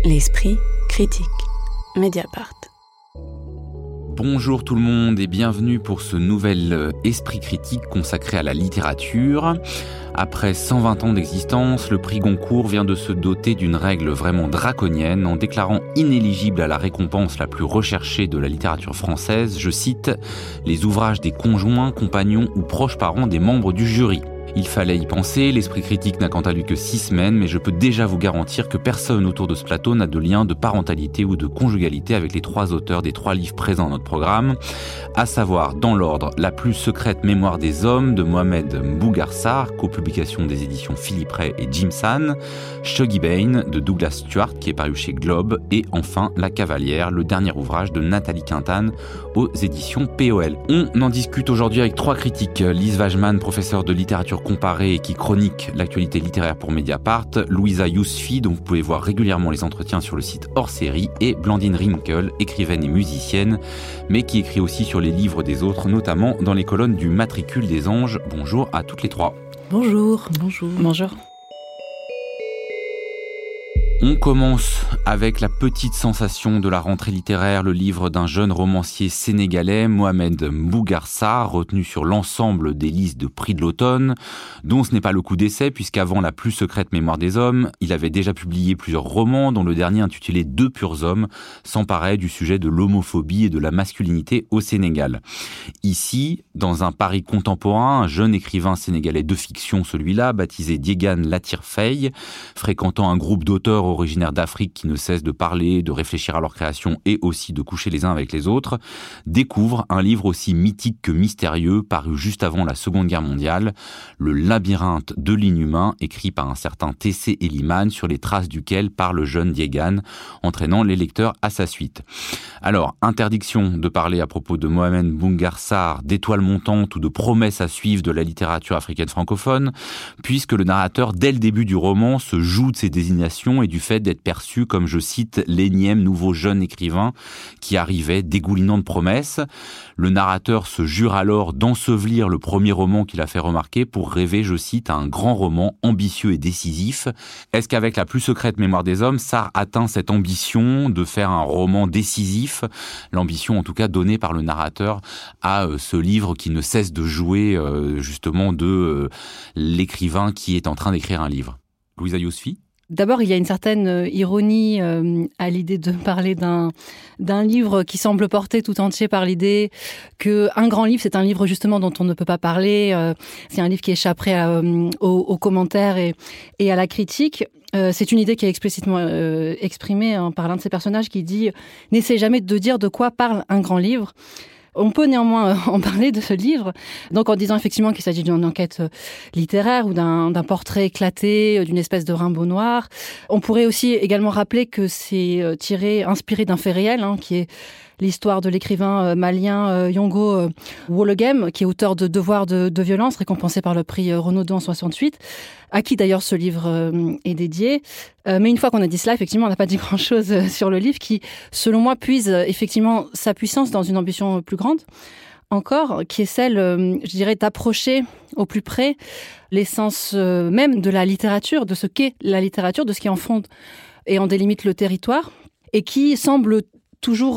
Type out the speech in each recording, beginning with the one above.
L'esprit critique. Mediapart. Bonjour tout le monde et bienvenue pour ce nouvel Esprit critique consacré à la littérature. Après 120 ans d'existence, le prix Goncourt vient de se doter d'une règle vraiment draconienne en déclarant inéligible à la récompense la plus recherchée de la littérature française, je cite, « les ouvrages des conjoints, compagnons ou proches parents des membres du jury ». Il fallait y penser, l'Esprit critique n'a quant à lui que 6 semaines, mais je peux déjà vous garantir que personne autour de ce plateau n'a de lien de parentalité ou de conjugalité avec les 3 auteurs des 3 livres présents dans notre programme, à savoir, dans l'ordre, La plus secrète mémoire des hommes de Mohamed Mbougar-Sarr, copublication des éditions Philippe Ray et Jim San, Shuggie Bain de Douglas Stuart, qui est paru chez Globe, et enfin La Cavalière, le dernier ouvrage de Nathalie Quintane aux éditions POL. On en discute aujourd'hui avec 3 critiques, Lise Wajman, professeure de littérature comparée et qui chronique l'actualité littéraire pour Mediapart, Louisa Yousfi, dont vous pouvez voir régulièrement les entretiens sur le site Hors Série, et Blandine Rinkel, écrivaine et musicienne, mais qui écrit aussi sur les livres des autres, notamment dans les colonnes du Matricule des Anges. Bonjour à toutes les 3. Bonjour. Bonjour. Bonjour. On commence avec la petite sensation de la rentrée littéraire, le livre d'un jeune romancier sénégalais, Mohamed Mbougar-Sarr, retenu sur l'ensemble des listes de prix de l'automne, dont ce n'est pas le coup d'essai, puisqu'avant La plus secrète mémoire des hommes, il avait déjà publié plusieurs romans, dont le dernier intitulé 2 purs hommes, s'emparait du sujet de l'homophobie et de la masculinité au Sénégal. Ici, dans un Paris contemporain, un jeune écrivain sénégalais de fiction, celui-là, baptisé Diégane Latyr Faye, fréquentant un groupe d'auteurs originaires d'Afrique qui ne cessent de parler, de réfléchir à leur création et aussi de coucher les uns avec les autres, découvre un livre aussi mythique que mystérieux, paru juste avant la Seconde Guerre mondiale, Le labyrinthe de l'inhumain, écrit par un certain T.C. Eliman, sur les traces duquel part le jeune Diégane, entraînant les lecteurs à sa suite. Alors, interdiction de parler à propos de Mohamed Mbougar-Sarr d'étoiles montantes ou de promesses à suivre de la littérature africaine francophone, puisque le narrateur, dès le début du roman, se joue de ses désignations et du fait d'être perçu comme, je cite, l'énième nouveau jeune écrivain qui arrivait dégoulinant de promesses. Le narrateur se jure alors d'ensevelir le premier roman qu'il a fait remarquer pour rêver, je cite, à un grand roman ambitieux et décisif. Est-ce qu'avec La plus secrète mémoire des hommes, Sarr atteint cette ambition de faire un roman décisif, l'ambition en tout cas donnée par le narrateur à ce livre qui ne cesse de jouer justement de l'écrivain qui est en train d'écrire un livre? Louisa Yousfi? D'abord, il y a une certaine ironie à l'idée de parler d'un livre qui semble porté tout entier par l'idée qu'un grand livre, c'est un livre justement dont on ne peut pas parler. C'est un livre qui échapperait aux commentaires et à la critique. C'est une idée qui est explicitement exprimée par l'un de ces personnages qui dit « N'essaie jamais de dire de quoi parle un grand livre ». On peut néanmoins en parler de ce livre, donc en disant effectivement qu'il s'agit d'une enquête littéraire ou d'un portrait éclaté, d'une espèce de Rimbaud noir. On pourrait aussi également rappeler que c'est inspiré d'un fait réel, qui est l'histoire de l'écrivain malien Yongo Wologem, qui est auteur de Devoir de violence, récompensé par le prix Renaudot en 68, à qui d'ailleurs ce livre est dédié. Mais une fois qu'on a dit cela, effectivement, on n'a pas dit grand-chose sur le livre qui, selon moi, puise effectivement sa puissance dans une ambition plus grande encore, qui est celle, je dirais, d'approcher au plus près l'essence même de la littérature, de ce qu'est la littérature, de ce qui en fonde et en délimite le territoire, et qui semble toujours,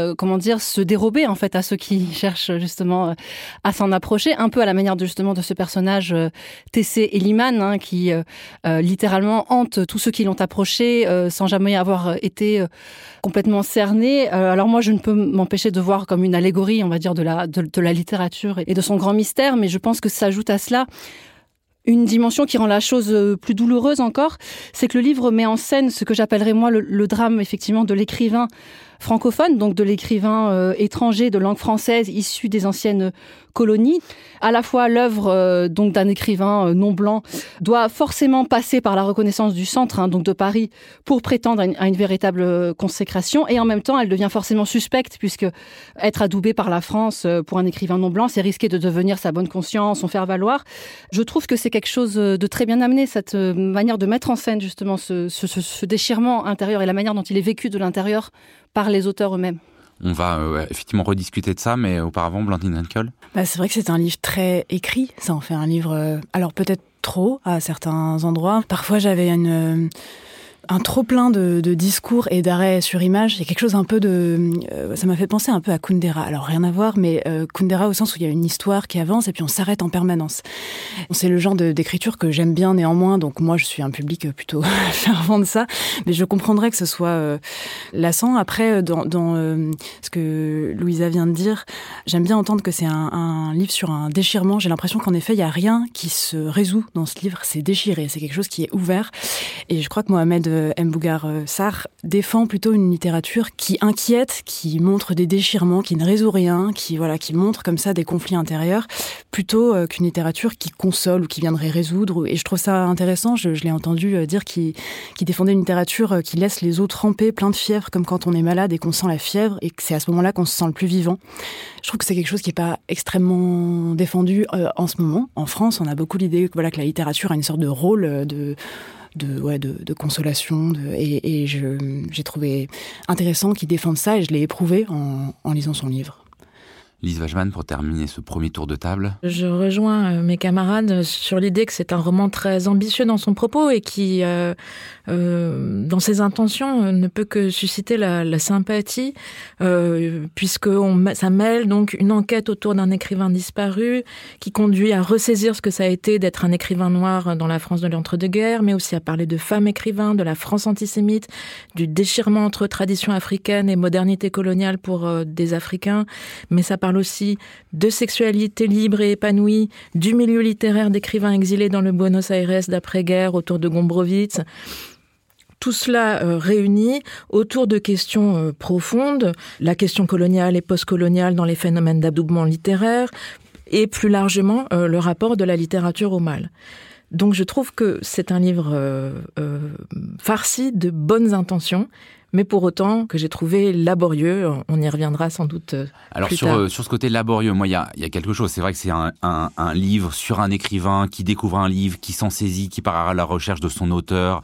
se dérober en fait à ceux qui cherchent justement à s'en approcher, un peu à la manière de ce personnage T.C. Eliman, qui littéralement hante tous ceux qui l'ont approché sans jamais avoir été complètement cerné. Alors moi, je ne peux m'empêcher de voir comme une allégorie, on va dire, de la littérature et de son grand mystère, mais je pense que s'ajoute à cela une dimension qui rend la chose plus douloureuse encore, c'est que le livre met en scène ce que j'appellerais moi le drame effectivement de l'écrivain francophone, donc de l'écrivain étranger de langue française issu des anciennes colonies. À la fois l'œuvre donc d'un écrivain non blanc doit forcément passer par la reconnaissance du centre, donc de Paris, pour prétendre à une véritable consécration, et en même temps elle devient forcément suspecte, puisque être adoubé par la France pour un écrivain non blanc, c'est risquer de devenir sa bonne conscience, son faire-valoir. Je trouve que c'est quelque chose de très bien amené, cette manière de mettre en scène justement ce déchirement intérieur et la manière dont il est vécu de l'intérieur par les auteurs eux-mêmes. On va effectivement rediscuter de ça, mais auparavant, Blandine Rinkel. C'est vrai que c'est un livre très écrit. Ça en fait un livre, alors peut-être trop à certains endroits. Parfois, j'avais une un trop-plein de discours et d'arrêts sur image. Il y a quelque chose un peu de... ça m'a fait penser un peu à Kundera. Alors, rien à voir, mais Kundera au sens où il y a une histoire qui avance et puis on s'arrête en permanence. C'est le genre d'écriture que j'aime bien néanmoins, donc moi, je suis un public plutôt fervent de ça, mais je comprendrais que ce soit lassant. Après, dans ce que Louisa vient de dire, j'aime bien entendre que c'est un livre sur un déchirement. J'ai l'impression qu'en effet, il n'y a rien qui se résout dans ce livre. C'est déchiré, c'est quelque chose qui est ouvert. Et je crois que Mohamed Mbougar Sarr défend plutôt une littérature qui inquiète, qui montre des déchirements, qui ne résout rien, qui montre comme ça des conflits intérieurs, plutôt qu'une littérature qui console ou qui viendrait résoudre. Et je trouve ça intéressant, je l'ai entendu dire qu'il défendait une littérature qui laisse les os trempés, plein de fièvre, comme quand on est malade et qu'on sent la fièvre, et que c'est à ce moment-là qu'on se sent le plus vivant. Je trouve que c'est quelque chose qui n'est pas extrêmement défendu en ce moment. En France, on a beaucoup l'idée que la littérature a une sorte de rôle de consolation. Et j'ai trouvé intéressant qu'il défende ça, et je l'ai éprouvé en lisant son livre. Lise Wajman, pour terminer ce premier tour de table. Je rejoins mes camarades sur l'idée que c'est un roman très ambitieux dans son propos et qui, dans ses intentions, ne peut que susciter la sympathie, puisque ça mêle donc une enquête autour d'un écrivain disparu qui conduit à ressaisir ce que ça a été d'être un écrivain noir dans la France de l'entre-deux-guerres, mais aussi à parler de femmes écrivains, de la France antisémite, du déchirement entre tradition africaine et modernité coloniale pour des Africains, mais ça parle aussi de sexualité libre et épanouie, du milieu littéraire d'écrivains exilés dans le Buenos Aires d'après-guerre autour de Gombrowicz. Tout cela réuni autour de questions profondes, la question coloniale et postcoloniale dans les phénomènes d'adoubement littéraire, et plus largement le rapport de la littérature au mal. Donc je trouve que c'est un livre farci de bonnes intentions, mais pour autant que j'ai trouvé laborieux. On y reviendra sans doute plus tard. Sur ce côté laborieux, moi, il y a quelque chose. C'est vrai que c'est un livre sur un écrivain qui découvre un livre, qui s'en saisit, qui part à la recherche de son auteur.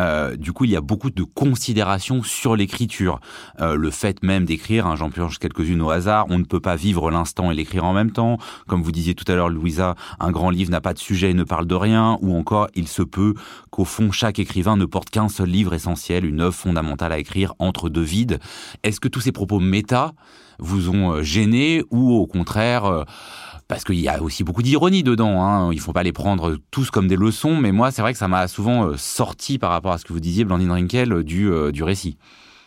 Du coup, il y a beaucoup de considérations sur l'écriture. Le fait même d'écrire, j'en pioche quelques-unes au hasard, on ne peut pas vivre l'instant et l'écrire en même temps. Comme vous disiez tout à l'heure, Louisa, un grand livre n'a pas de sujet et ne parle de rien. Ou encore, il se peut qu'au fond, chaque écrivain ne porte qu'un seul livre essentiel, une œuvre fondamentale à écrire entre deux vides. Est-ce que tous ces propos méta vous ont gêné ou au contraire, parce qu'il y a aussi beaucoup d'ironie dedans, il ne faut pas les prendre tous comme des leçons, mais moi c'est vrai que ça m'a souvent sorti par rapport à ce que vous disiez, Blandine Rinkel, du récit. Lise ?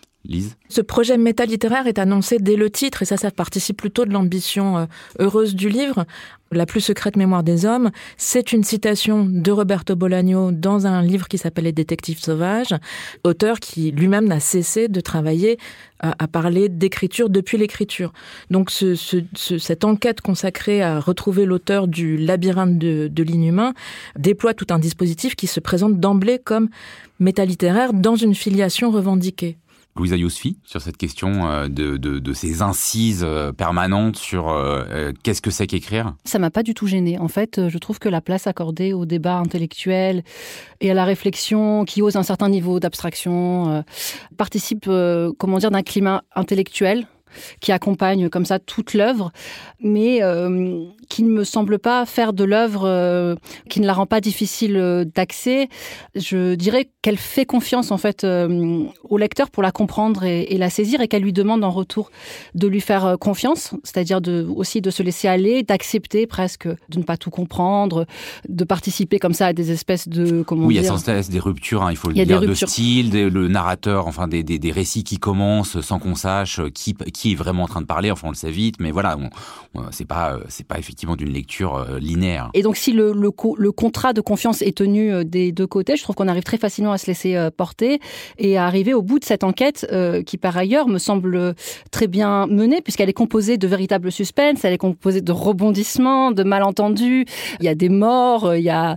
Ce projet méta-littéraire est annoncé dès le titre, et ça participe plutôt de l'ambition heureuse du livre. La plus secrète mémoire des hommes, c'est une citation de Roberto Bolaño dans un livre qui s'appelle Les Détectives sauvages, auteur qui lui-même n'a cessé de travailler à parler d'écriture depuis l'écriture. Donc cette enquête consacrée à retrouver l'auteur du labyrinthe de l'inhumain déploie tout un dispositif qui se présente d'emblée comme métalittéraire dans une filiation revendiquée. Louisa Yousfi, sur cette question de ces incises permanentes sur qu'est-ce que c'est qu'écrire ? Ça m'a pas du tout gênée. En fait, je trouve que la place accordée au débat intellectuel et à la réflexion qui ose un certain niveau d'abstraction participe, d'un climat intellectuel qui accompagne comme ça toute l'œuvre, mais qui ne me semble pas faire de l'œuvre, qui ne la rend pas difficile d'accès. Je dirais qu'elle fait confiance en fait au lecteur pour la comprendre et la saisir, et qu'elle lui demande en retour de lui faire confiance, c'est-à-dire aussi de se laisser aller, d'accepter presque de ne pas tout comprendre, de participer comme ça à des espèces de il y a sans cesse des ruptures, il faut le dire, de style, le narrateur, des récits qui commencent sans qu'on sache qui est vraiment en train de parler, on le sait vite, mais voilà, c'est pas effectivement d'une lecture linéaire. Et donc si le contrat de confiance est tenu des deux côtés, je trouve qu'on arrive très facilement à se laisser porter et à arriver au bout de cette enquête qui par ailleurs me semble très bien menée, puisqu'elle est composée de véritables suspens, elle est composée de rebondissements, de malentendus, il y a des morts, il y a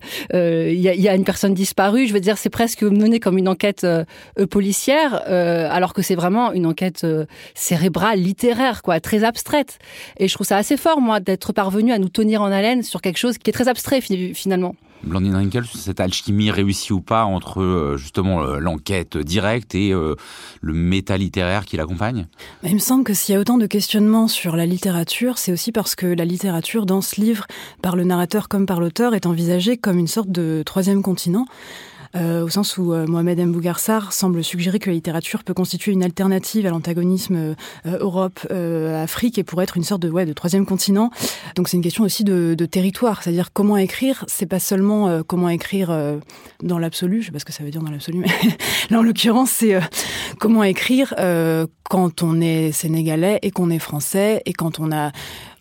une personne disparue, je veux dire c'est presque mené comme une enquête policière, alors que c'est vraiment une enquête cérébrale, littéraire, très abstraite. Et je trouve ça assez fort, moi, d'être parvenu à nous tenir en haleine sur quelque chose qui est très abstrait, finalement. Blandine Rinkel, cette alchimie réussie ou pas entre, justement, l'enquête directe et le méta-littéraire qui l'accompagne ? Il me semble que s'il y a autant de questionnements sur la littérature, c'est aussi parce que la littérature, dans ce livre, par le narrateur comme par l'auteur, est envisagée comme une sorte de troisième continent. au sens où Mohamed Mbougarsar semble suggérer que la littérature peut constituer une alternative à l'antagonisme Europe-Afrique et pourrait être une sorte de troisième continent. Donc c'est une question aussi de territoire, c'est-à-dire comment écrire, c'est pas seulement comment écrire dans l'absolu, je sais pas ce que ça veut dire dans l'absolu, mais là en l'occurrence c'est comment écrire quand on est sénégalais et qu'on est français et quand on a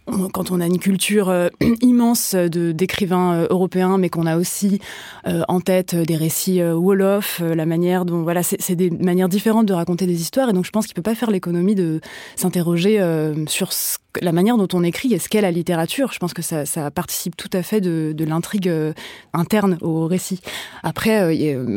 une culture immense d'écrivains européens, mais qu'on a aussi en tête des récits wolof, la manière dont c'est des manières différentes de raconter des histoires, et donc je pense qu'il peut pas faire l'économie de s'interroger sur la manière dont on écrit et ce qu'est la littérature. Je pense que ça participe tout à fait de l'intrigue interne au récit. Après,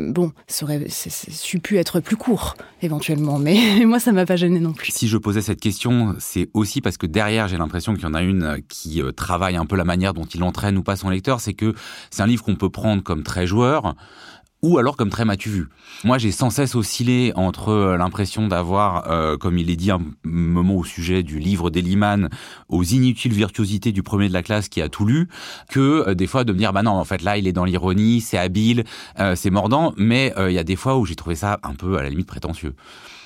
ça aurait pu être plus court éventuellement, mais moi ça m'a pas gêné non plus. Si je posais cette question, c'est aussi parce que derrière j'ai l'impression qu'il y en a une qui travaille un peu la manière dont il entraîne ou pas son lecteur, c'est que c'est un livre qu'on peut prendre comme très joueur ou alors comme très m'as-tu vu. Moi, j'ai sans cesse oscillé entre l'impression d'avoir, comme il est dit un moment au sujet du livre d'Eliman, aux inutiles virtuosités du premier de la classe qui a tout lu, que des fois de me dire, bah non, en fait là, il est dans l'ironie, c'est habile, c'est mordant, mais il y a des fois où j'ai trouvé ça un peu à la limite prétentieux. Lise ?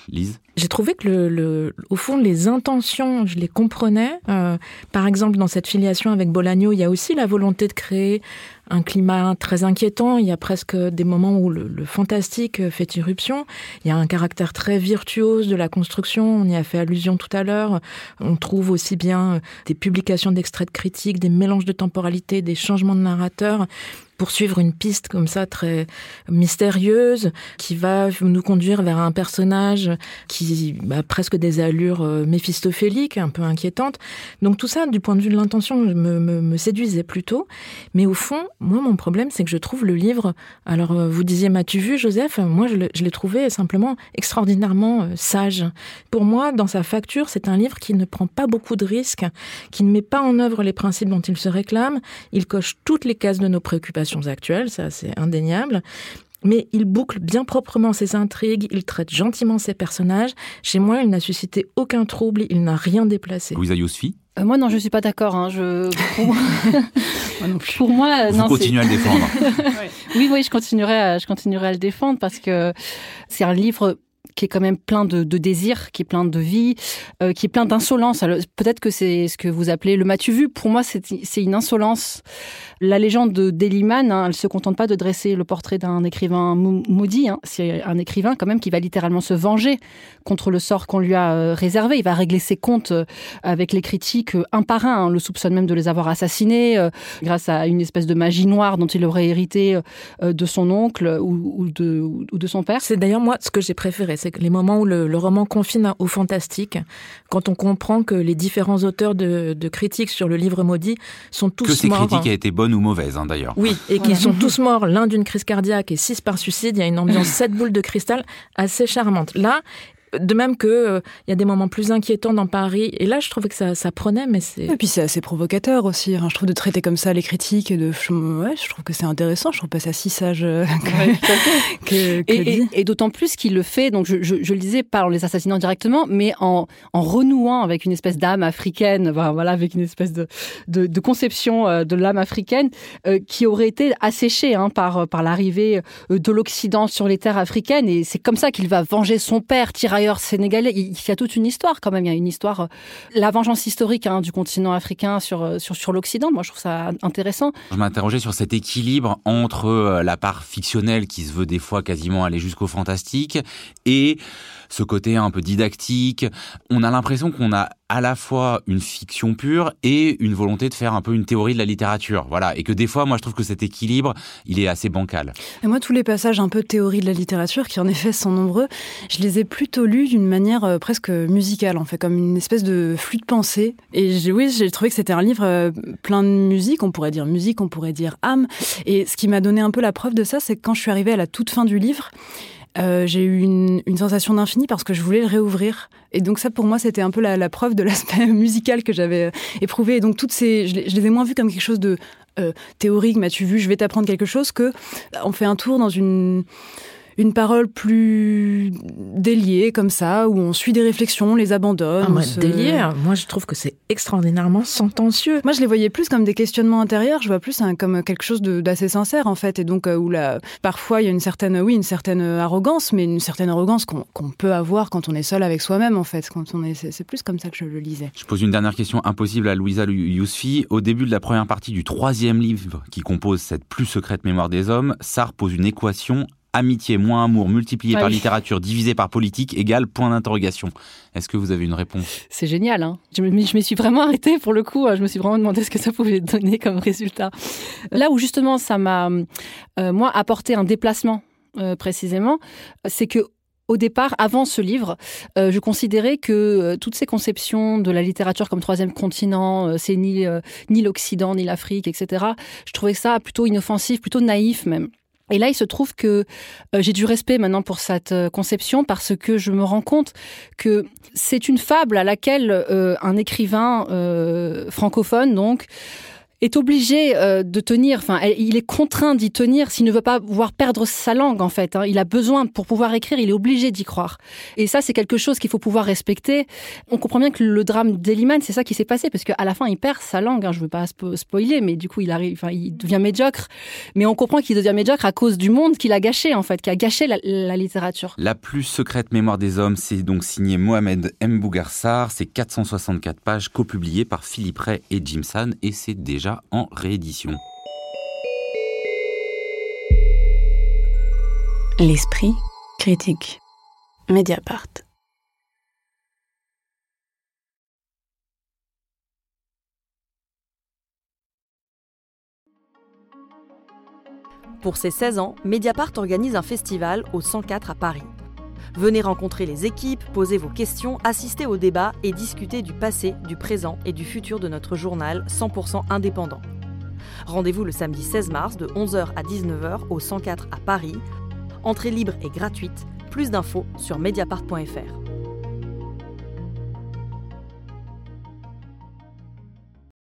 J'ai trouvé que au fond, les intentions, je les comprenais. Par exemple, dans cette filiation avec Bolaño, il y a aussi la volonté de créer un climat très inquiétant. Il y a presque des moments où le fantastique fait irruption. Il y a un caractère très virtuose de la construction. On y a fait allusion tout à l'heure. On trouve aussi bien des publications d'extraits de critiques, des mélanges de temporalité, des changements de narrateur, pour suivre une piste comme ça très mystérieuse qui va nous conduire vers un personnage qui a presque des allures méphistophéliques, un peu inquiétantes. Donc tout ça, du point de vue de l'intention, me séduisait plutôt. Mais au fond, moi, mon problème, c'est que je trouve le livre... Alors, vous disiez, m'as-tu vu, Joseph ? Moi, je l'ai trouvé simplement extraordinairement sage. Pour moi, dans sa facture, c'est un livre qui ne prend pas beaucoup de risques, qui ne met pas en œuvre les principes dont il se réclame. Il coche toutes les cases de nos préoccupations actuelles, ça c'est indéniable. Mais il boucle bien proprement ses intrigues, il traite gentiment ses personnages. Chez moi, il n'a suscité aucun trouble, il n'a rien déplacé. Louisa Yousfi ? Moi, non, je suis pas d'accord. Pour moi, vous continuez à le défendre. Oui, je continuerai à le défendre parce que c'est un livre qui est quand même plein de désirs, qui est plein de vie, qui est plein d'insolence. Alors, peut-être que c'est ce que vous appelez le m'as-tu vu. Pour moi, c'est une insolence. La légende d'Eliman, elle se contente pas de dresser le portrait d'un écrivain maudit. C'est un écrivain quand même qui va littéralement se venger contre le sort qu'on lui a réservé. Il va régler ses comptes avec les critiques un par un. On le soupçonne même de les avoir assassinés grâce à une espèce de magie noire dont il aurait hérité de son oncle ou de son père. C'est d'ailleurs moi ce que j'ai préféré, c'est que les moments où le roman confine au fantastique, quand on comprend que les différents auteurs de critiques sur le livre maudit sont tous morts. Que ces critiques aient été bonnes ou mauvaises, d'ailleurs. Oui, et qu'ils sont tous morts, l'un d'une crise cardiaque et 6 par suicide. Il y a une ambiance 7 boules de cristal assez charmante. Là, de même que il y a des moments plus inquiétants dans Paris. Et là, je trouvais que ça prenait, mais c'est... Et puis c'est assez provocateur aussi. Je trouve de traiter comme ça les critiques. Je trouve que c'est intéressant. Je trouve pas ça si sage et d'autant plus qu'il le fait, donc je le disais, pas en les assassinant directement, mais en renouant avec une espèce d'âme africaine, avec une espèce de conception de l'âme africaine qui aurait été asséchée par l'arrivée de l'Occident sur les terres africaines. Et c'est comme ça qu'il va venger son père, tirailleur sénégalais. Il y a toute une histoire quand même. Il y a une histoire, la vengeance historique du continent africain sur l'Occident. Moi, je trouve ça intéressant. Je m'interrogeais sur cet équilibre entre la part fictionnelle qui se veut des fois quasiment aller jusqu'au fantastique et ce côté un peu didactique. On a l'impression qu'on a à la fois une fiction pure et une volonté de faire un peu une théorie de la littérature. Voilà. Et que des fois, moi, je trouve que cet équilibre, il est assez bancal. Et moi, tous les passages un peu théorie de la littérature, qui en effet sont nombreux, je les ai plutôt lus d'une manière presque musicale, en fait, comme une espèce de flux de pensée. Et j'ai trouvé que c'était un livre plein de musique, on pourrait dire âme. Et ce qui m'a donné un peu la preuve de ça, c'est que quand je suis arrivée à la toute fin du livre, j'ai eu une sensation d'infini parce que je voulais le réouvrir. Et donc ça, pour moi, c'était un peu la preuve de l'aspect musical que j'avais éprouvé. Et donc je les ai moins vues comme quelque chose de théorique. M'as-tu vu, je vais t'apprendre quelque chose, que on fait un tour dans une une parole plus déliée, comme ça, où on suit des réflexions, on les abandonne. Délié, moi je trouve que c'est extraordinairement sentencieux. Moi je les voyais plus comme des questionnements intérieurs, je vois plus comme quelque chose d'assez sincère en fait, et donc où parfois il y a une certaine arrogance, mais une certaine arrogance qu'on peut avoir quand on est seul avec soi-même en fait. C'est plus comme ça que je le lisais. Je pose une dernière question impossible à Louisa Yousfi. Au début de la première partie du 3e livre qui compose cette plus secrète mémoire des hommes, Sarr pose une équation: amitié moins amour multiplié par littérature divisé par politique égale point d'interrogation. Est-ce que vous avez une réponse ? C'est génial, hein. Je me suis vraiment arrêtée pour le coup. Je me suis vraiment demandé ce que ça pouvait donner comme résultat. Là où justement ça m'a, moi, apporté un déplacement précisément, c'est que au départ, avant ce livre, je considérais que toutes ces conceptions de la littérature comme troisième continent, c'est ni l'Occident, ni l'Afrique, etc. Je trouvais ça plutôt inoffensif, plutôt naïf même. Et là, il se trouve que j'ai du respect maintenant pour cette conception parce que je me rends compte que c'est une fable à laquelle un écrivain francophone, donc, est obligé de tenir, enfin, il est contraint d'y tenir s'il ne veut pas voir perdre sa langue, en fait. Il a besoin, pour pouvoir écrire, il est obligé d'y croire. Et ça, c'est quelque chose qu'il faut pouvoir respecter. On comprend bien que le drame d'Eliman, c'est ça qui s'est passé, parce qu'à la fin, il perd sa langue. Je ne veux pas spoiler, mais du coup, il devient médiocre. Mais on comprend qu'il devient médiocre à cause du monde qu'il a gâché, en fait, qui a gâché la littérature. La plus secrète mémoire des hommes, c'est donc signé Mohamed Mbougar-Sarr. C'est 464 pages copubliées par Philippe Ray et Jim San, et c'est déjà en réédition. L'esprit critique. Mediapart. Pour ses 16 ans, Mediapart organise un festival au 104 à Paris. Venez rencontrer les équipes, poser vos questions, assister au débat et discuter du passé, du présent et du futur de notre journal 100% indépendant. Rendez-vous le samedi 16 mars de 11h à 19h au 104 à Paris. Entrée libre et gratuite. Plus d'infos sur mediapart.fr.